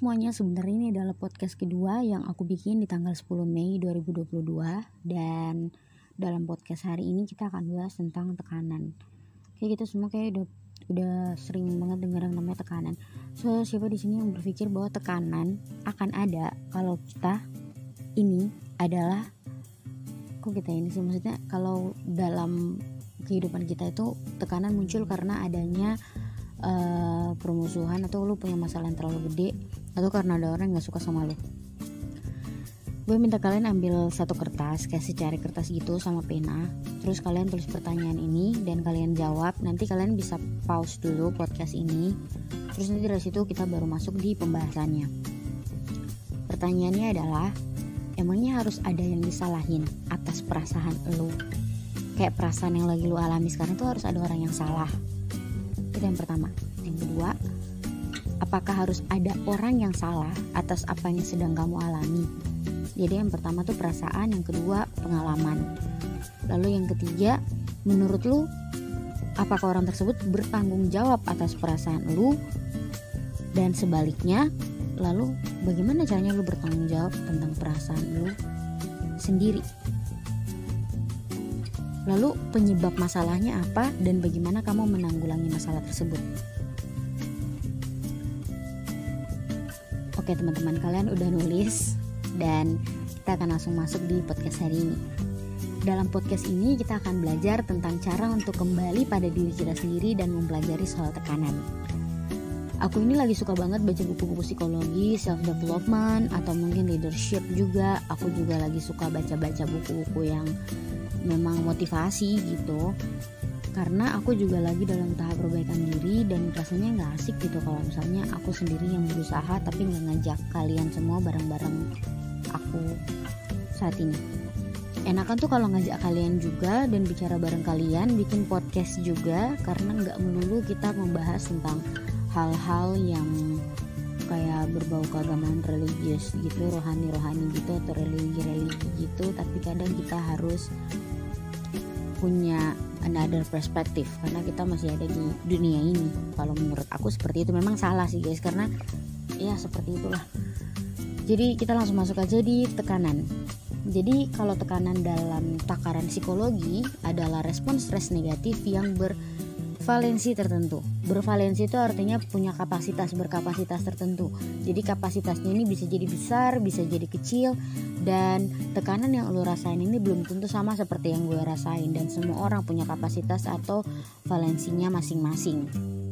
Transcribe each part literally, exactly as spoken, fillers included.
semuanya, sebenarnya ini adalah podcast kedua yang aku bikin di tanggal sepuluh Mei dua ribu dua puluh dua. Dan dalam podcast hari ini kita akan bahas tentang tekanan. Kayak gitu semua kayak udah udah sering banget dengar yang namanya tekanan. So siapa di sini yang berpikir bahwa tekanan akan ada kalau kita ini adalah kok kita ini sih maksudnya kalau dalam kehidupan kita itu tekanan muncul karena adanya Uh, permusuhan atau lu punya masalah yang terlalu gede atau karena ada orang yang gak suka sama lu. Gue minta kalian ambil satu kertas, kayak secari kertas gitu sama pena, terus kalian tulis pertanyaan ini dan kalian jawab. Nanti kalian bisa pause dulu podcast ini, terus nanti dari situ kita baru masuk di pembahasannya. Pertanyaannya adalah, emangnya harus ada yang disalahin atas perasaan lu? Kayak perasaan yang lagi lu alami sekarang itu harus ada orang yang salah? Itu yang pertama. Yang kedua, apakah harus ada orang yang salah atas apa yang sedang kamu alami? Jadi yang pertama tuh perasaan, yang kedua pengalaman. Lalu yang ketiga, menurut lu apakah orang tersebut bertanggung jawab atas perasaan lu? Dan sebaliknya, lalu bagaimana caranya lu bertanggung jawab tentang perasaan lu sendiri? Lalu penyebab masalahnya apa dan bagaimana kamu menanggulangi masalah tersebut? Oke teman-teman, kalian udah nulis dan kita akan langsung masuk di podcast hari ini. Dalam podcast ini kita akan belajar tentang cara untuk kembali pada diri kita sendiri dan mempelajari soal tekanan. Aku ini lagi suka banget baca buku-buku psikologi, self development atau mungkin leadership juga. Aku juga lagi suka baca-baca buku-buku yang memang motivasi gitu, karena aku juga lagi dalam tahap perbaikan diri dan rasanya nggak asik gitu kalau misalnya aku sendiri yang berusaha tapi nggak ngajak kalian semua bareng-bareng aku saat ini. Enakan tuh kalau ngajak kalian juga dan bicara bareng kalian, bikin podcast juga, karena nggak melulu kita membahas tentang hal-hal yang kayak berbau keagamaan religius gitu, rohani-rohani gitu atau religi-religi gitu, tapi kadang kita harus punya another perspektif karena kita masih ada di dunia ini. Kalau menurut aku seperti itu. Memang salah sih guys, karena ya seperti itulah. Jadi kita langsung masuk aja di tekanan. Jadi kalau tekanan dalam takaran psikologi adalah respon stres negatif yang bervalensi tertentu. Bervalensi itu artinya punya kapasitas, berkapasitas tertentu. Jadi kapasitasnya ini bisa jadi besar, bisa jadi kecil, dan tekanan yang lo rasain ini belum tentu sama seperti yang gue rasain, dan semua orang punya kapasitas atau valensinya masing-masing.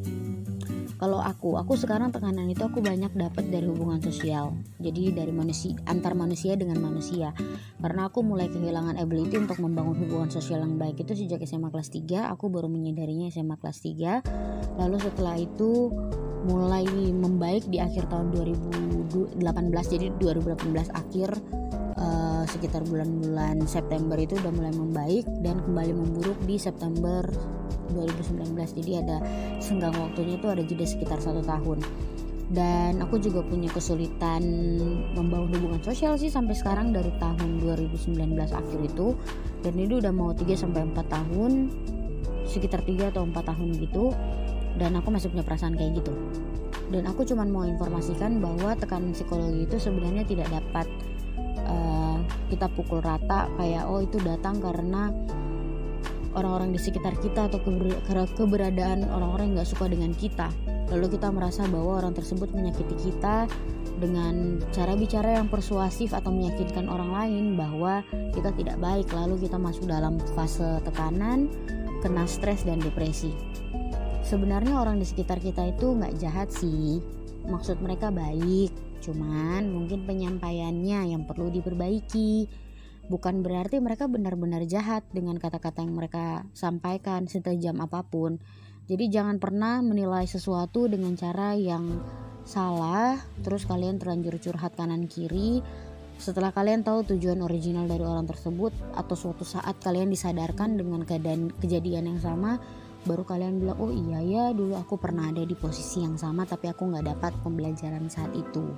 Kalau aku, aku sekarang tekanan itu aku banyak dapat dari hubungan sosial. Jadi dari manusia, antar manusia dengan manusia. Karena aku mulai kehilangan ability untuk membangun hubungan sosial yang baik itu sejak S M A kelas tiga. Aku baru menyadarinya S M A kelas tiga. Lalu setelah itu mulai membaik di akhir tahun dua ribu delapan belas. Jadi dua ribu delapan belas akhir, uh, sekitar bulan-bulan September itu udah mulai membaik dan kembali memburuk di September dua ribu sembilan belas. Jadi ada senggang waktunya itu ada jeda sekitar satu tahun. Dan aku juga punya kesulitan membangun hubungan sosial sih sampai sekarang dari tahun dua ribu sembilan belas akhir itu. Dan ini udah mau tiga sampai empat tahun, sekitar tiga atau empat tahun gitu. Dan aku masih punya perasaan kayak gitu. Dan aku cuma mau informasikan bahwa tekanan psikologi itu sebenarnya tidak dapat uh, kita pukul rata kayak oh itu datang karena orang-orang di sekitar kita atau keber- keberadaan orang-orang yang gak suka dengan kita, lalu kita merasa bahwa orang tersebut menyakiti kita dengan cara bicara yang persuasif atau meyakinkan orang lain bahwa kita tidak baik, lalu kita masuk dalam fase tekanan, kena stres dan depresi. Sebenarnya orang di sekitar kita itu gak jahat sih, maksud mereka baik, cuman mungkin penyampaiannya yang perlu diperbaiki. Bukan berarti mereka benar-benar jahat dengan kata-kata yang mereka sampaikan setajam apapun. Jadi jangan pernah menilai sesuatu dengan cara yang salah, terus kalian terlanjur curhat kanan kiri. Setelah kalian tahu tujuan original dari orang tersebut, atau suatu saat kalian disadarkan dengan keadaan kejadian yang sama, baru kalian bilang, oh iya ya dulu aku pernah ada di posisi yang sama tapi aku gak dapat pembelajaran saat itu.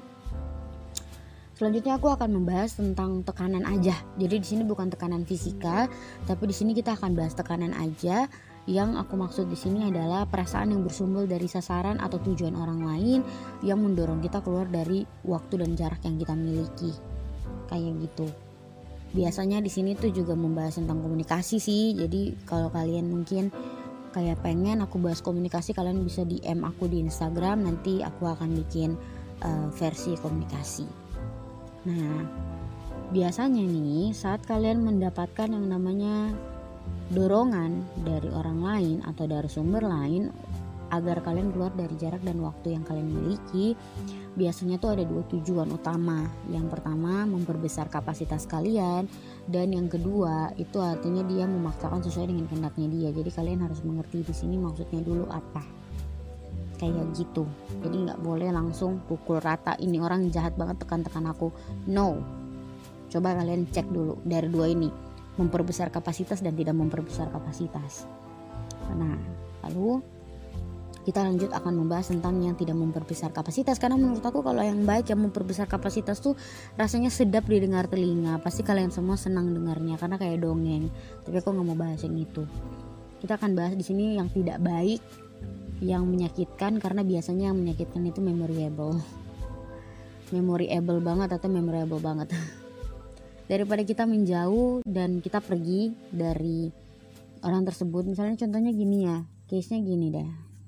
Selanjutnya aku akan membahas tentang tekanan aja. Jadi di sini bukan tekanan fisika, tapi di sini kita akan bahas tekanan aja. Yang aku maksud di sini adalah perasaan yang bersumber dari sasaran atau tujuan orang lain yang mendorong kita keluar dari waktu dan jarak yang kita miliki. Kayak gitu. Biasanya di sini tuh juga membahas tentang komunikasi sih. Jadi kalau kalian mungkin kayak pengen aku bahas komunikasi, kalian bisa D M aku di Instagram, nanti aku akan bikin uh, versi komunikasi. Nah, biasanya nih saat kalian mendapatkan yang namanya dorongan dari orang lain atau dari sumber lain agar kalian keluar dari jarak dan waktu yang kalian miliki, biasanya tuh ada dua tujuan utama. Yang pertama memperbesar kapasitas kalian, dan yang kedua itu artinya dia memaksakan sesuai dengan kehendaknya dia. Jadi kalian harus mengerti di sini maksudnya dulu apa, kayak gitu. Jadi nggak boleh langsung pukul rata, ini orang jahat banget tekan-tekan aku. No, coba kalian cek dulu dari dua ini, memperbesar kapasitas dan tidak memperbesar kapasitas. Nah, lalu kita lanjut akan membahas tentang yang tidak memperbesar kapasitas, karena menurut aku kalau yang baik yang memperbesar kapasitas tuh rasanya sedap didengar telinga. Pasti kalian semua senang dengarnya karena kayak dongeng. Tapi aku nggak mau bahas yang itu. Kita akan bahas di sini yang tidak baik, yang menyakitkan, karena biasanya yang menyakitkan itu memorable, memorable banget atau memorable banget. Daripada kita menjauh dan kita pergi dari orang tersebut. Misalnya contohnya gini ya, case-nya gini deh.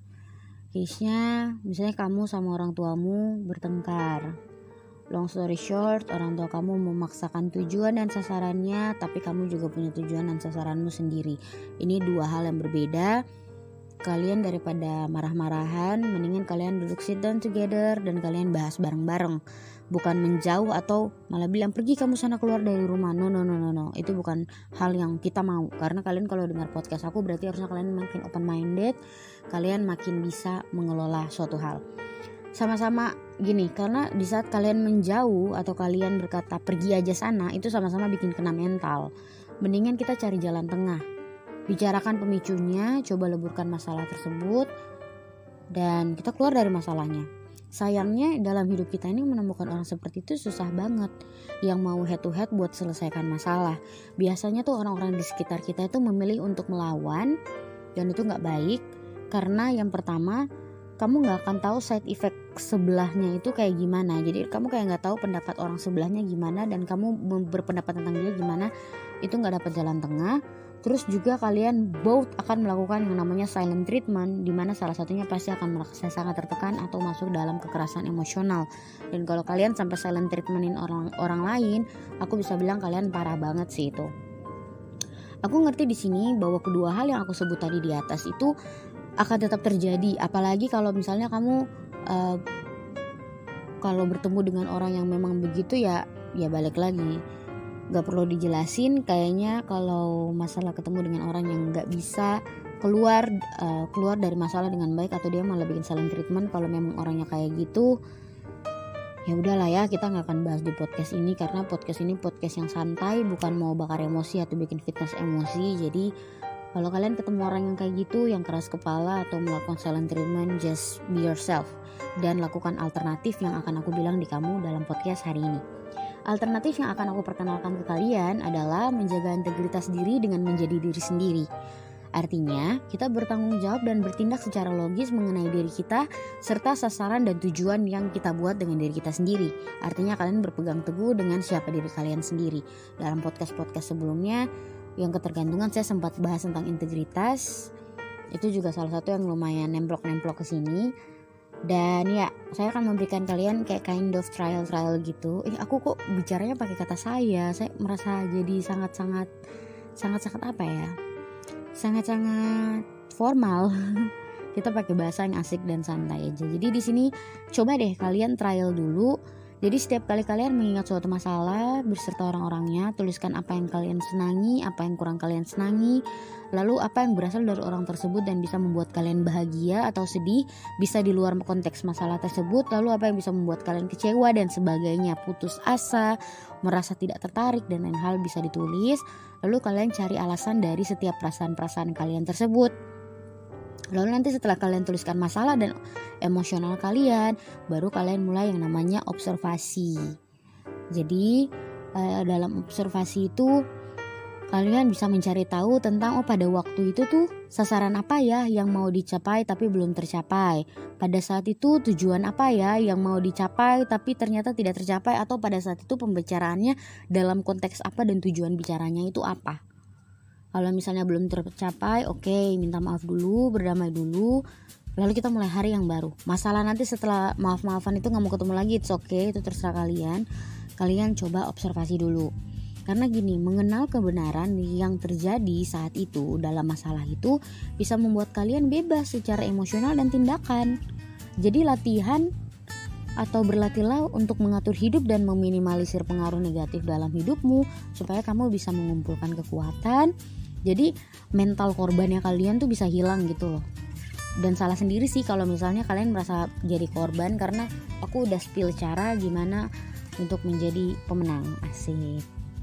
Case-nya misalnya kamu sama orang tuamu bertengkar. Long story short, orang tua kamu memaksakan tujuan dan sasarannya, tapi kamu juga punya tujuan dan sasaranmu sendiri. Ini dua hal yang berbeda. Kalian daripada marah-marahan, mendingan kalian duduk sit down together dan kalian bahas bareng-bareng. Bukan menjauh atau malah bilang pergi kamu sana, keluar dari rumah. No no no no no. Itu bukan hal yang kita mau. Karena kalian kalau dengar podcast aku berarti harusnya kalian makin open minded. Kalian makin bisa mengelola suatu hal. Sama-sama gini, karena di saat kalian menjauh atau kalian berkata pergi aja sana, itu sama-sama bikin kena mental. Mendingan kita cari jalan tengah. Bicarakan pemicunya, coba leburkan masalah tersebut, dan kita keluar dari masalahnya. Sayangnya dalam hidup kita ini menemukan orang seperti itu susah banget, yang mau head to head buat selesaikan masalah. Biasanya tuh orang-orang di sekitar kita itu memilih untuk melawan, dan itu gak baik. Karena yang pertama, kamu gak akan tahu side effect sebelahnya itu kayak gimana. Jadi kamu kayak gak tahu pendapat orang sebelahnya gimana, dan kamu berpendapat tentang dia gimana, itu gak dapat jalan tengah. Terus juga kalian both akan melakukan yang namanya silent treatment, dimana salah satunya pasti akan merasa sangat tertekan atau masuk dalam kekerasan emosional. Dan kalau kalian sampai silent treatmentin orang orang lain, aku bisa bilang kalian parah banget sih itu. Aku ngerti di sini bahwa kedua hal yang aku sebut tadi di atas itu akan tetap terjadi, apalagi kalau misalnya kamu uh, kalau bertemu dengan orang yang memang begitu ya, ya balik lagi. Gak perlu dijelasin, kayaknya kalau masalah ketemu dengan orang yang gak bisa keluar uh, keluar dari masalah dengan baik, atau dia malah bikin silent treatment, kalau memang orangnya kayak gitu, ya udahlah ya, kita nggak akan bahas di podcast ini, karena podcast ini podcast yang santai, bukan mau bakar emosi atau bikin fitness emosi. Jadi kalau kalian ketemu orang yang kayak gitu, yang keras kepala atau melakukan silent treatment, just be yourself dan lakukan alternatif yang akan aku bilang di kamu dalam podcast hari ini. Alternatif yang akan aku perkenalkan ke kalian adalah menjaga integritas diri dengan menjadi diri sendiri. Artinya, kita bertanggung jawab dan bertindak secara logis mengenai diri kita, serta sasaran dan tujuan yang kita buat dengan diri kita sendiri. Artinya kalian berpegang teguh dengan siapa diri kalian sendiri. Dalam podcast-podcast sebelumnya, yang ketergantungan saya sempat bahas tentang integritas. Itu juga salah satu yang lumayan nemplok-nemplok ke sini. Dan ya, saya akan memberikan kalian kayak kind of trial-trial gitu. Eh, aku kok bicaranya pakai kata saya. Saya merasa jadi sangat-sangat sangat-sangat apa ya? Sangat-sangat formal. Kita pakai bahasa yang asik dan santai aja. Jadi di sini coba deh kalian trial dulu. Jadi setiap kali kalian mengingat suatu masalah beserta orang-orangnya, tuliskan apa yang kalian senangi, apa yang kurang kalian senangi, lalu apa yang berasal dari orang tersebut dan bisa membuat kalian bahagia atau sedih, bisa di luar konteks masalah tersebut, lalu apa yang bisa membuat kalian kecewa dan sebagainya, putus asa, merasa tidak tertarik dan lain hal bisa ditulis. Lalu kalian cari alasan dari setiap perasaan-perasaan kalian tersebut. Lalu nanti setelah kalian tuliskan masalah dan emosional kalian, baru kalian mulai yang namanya observasi. Jadi eh, dalam observasi itu kalian bisa mencari tahu tentang oh pada waktu itu tuh sasaran apa ya yang mau dicapai tapi belum tercapai. Pada saat itu tujuan apa ya yang mau dicapai tapi ternyata tidak tercapai, atau pada saat itu pembicaraannya dalam konteks apa dan tujuan bicaranya itu apa. Kalau misalnya belum tercapai, oke, okay, minta maaf dulu, berdamai dulu, lalu kita mulai hari yang baru. Masalah nanti setelah maaf-maafan itu gak mau ketemu lagi, it's okay, itu terserah kalian. Kalian coba observasi dulu. Karena gini, mengenal kebenaran yang terjadi saat itu dalam masalah itu bisa membuat kalian bebas secara emosional dan tindakan. Jadi latihan atau berlatihlah untuk mengatur hidup dan meminimalisir pengaruh negatif dalam hidupmu supaya kamu bisa mengumpulkan kekuatan. Jadi mental korbannya kalian tuh bisa hilang gitu loh. Dan salah sendiri sih kalau misalnya kalian merasa jadi korban, karena aku udah spill cara gimana untuk menjadi pemenang. Asik.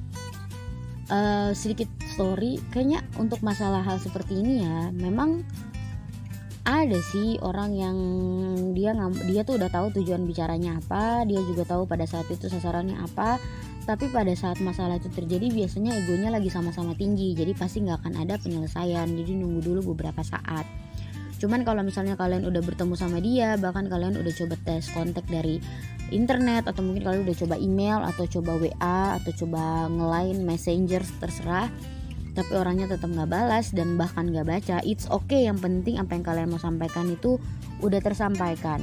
Uh, sedikit story, kayaknya untuk masalah hal seperti ini ya, memang ada sih orang yang dia dia tuh udah tahu tujuan bicaranya apa, dia juga tahu pada saat itu sasarannya apa, tapi pada saat masalah itu terjadi biasanya egonya lagi sama-sama tinggi, jadi pasti nggak akan ada penyelesaian, jadi nunggu dulu beberapa saat. Cuman kalau misalnya kalian udah bertemu sama dia, bahkan kalian udah coba tes kontak dari internet, atau mungkin kalian udah coba email atau coba W A atau coba nge-line, messenger, terserah, tapi orangnya tetap gak balas dan bahkan gak baca, it's okay. Yang penting apa yang kalian mau sampaikan itu udah tersampaikan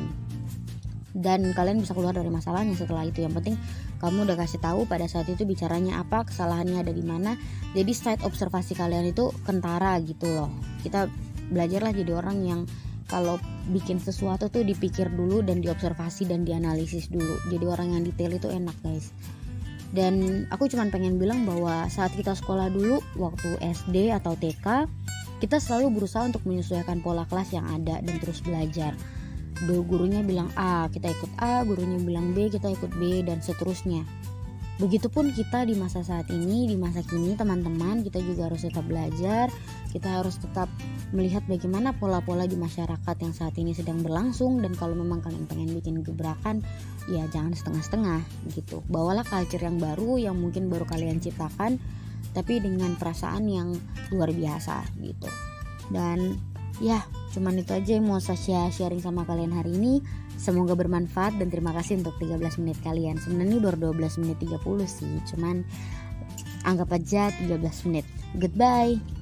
dan kalian bisa keluar dari masalahnya setelah itu. Yang penting kamu udah kasih tahu pada saat itu bicaranya apa, kesalahannya ada di mana. Jadi side observasi kalian itu kentara gitu loh. Kita belajarlah jadi orang yang kalau bikin sesuatu tuh dipikir dulu dan diobservasi dan dianalisis dulu. Jadi orang yang detail itu enak guys. Dan aku cuma pengen bilang bahwa saat kita sekolah dulu waktu S D atau T K, kita selalu berusaha untuk menyesuaikan pola kelas yang ada dan terus belajar. Gurunya bilang A, kita ikut A, gurunya bilang B, kita ikut B, dan seterusnya. Begitupun kita di masa saat ini, di masa kini teman-teman, kita juga harus tetap belajar. Kita harus tetap melihat bagaimana pola-pola di masyarakat yang saat ini sedang berlangsung. Dan kalau memang kalian pengen bikin gebrakan, ya jangan setengah-setengah gitu. Bawalah culture yang baru yang mungkin baru kalian ciptakan, tapi dengan perasaan yang luar biasa gitu. Dan ya cuman itu aja yang mau saya sharing sama kalian hari ini. Semoga bermanfaat dan terima kasih untuk tiga belas menit kalian. Sebenarnya baru dua belas menit tiga puluh sih, cuman anggap aja tiga belas menit. Goodbye.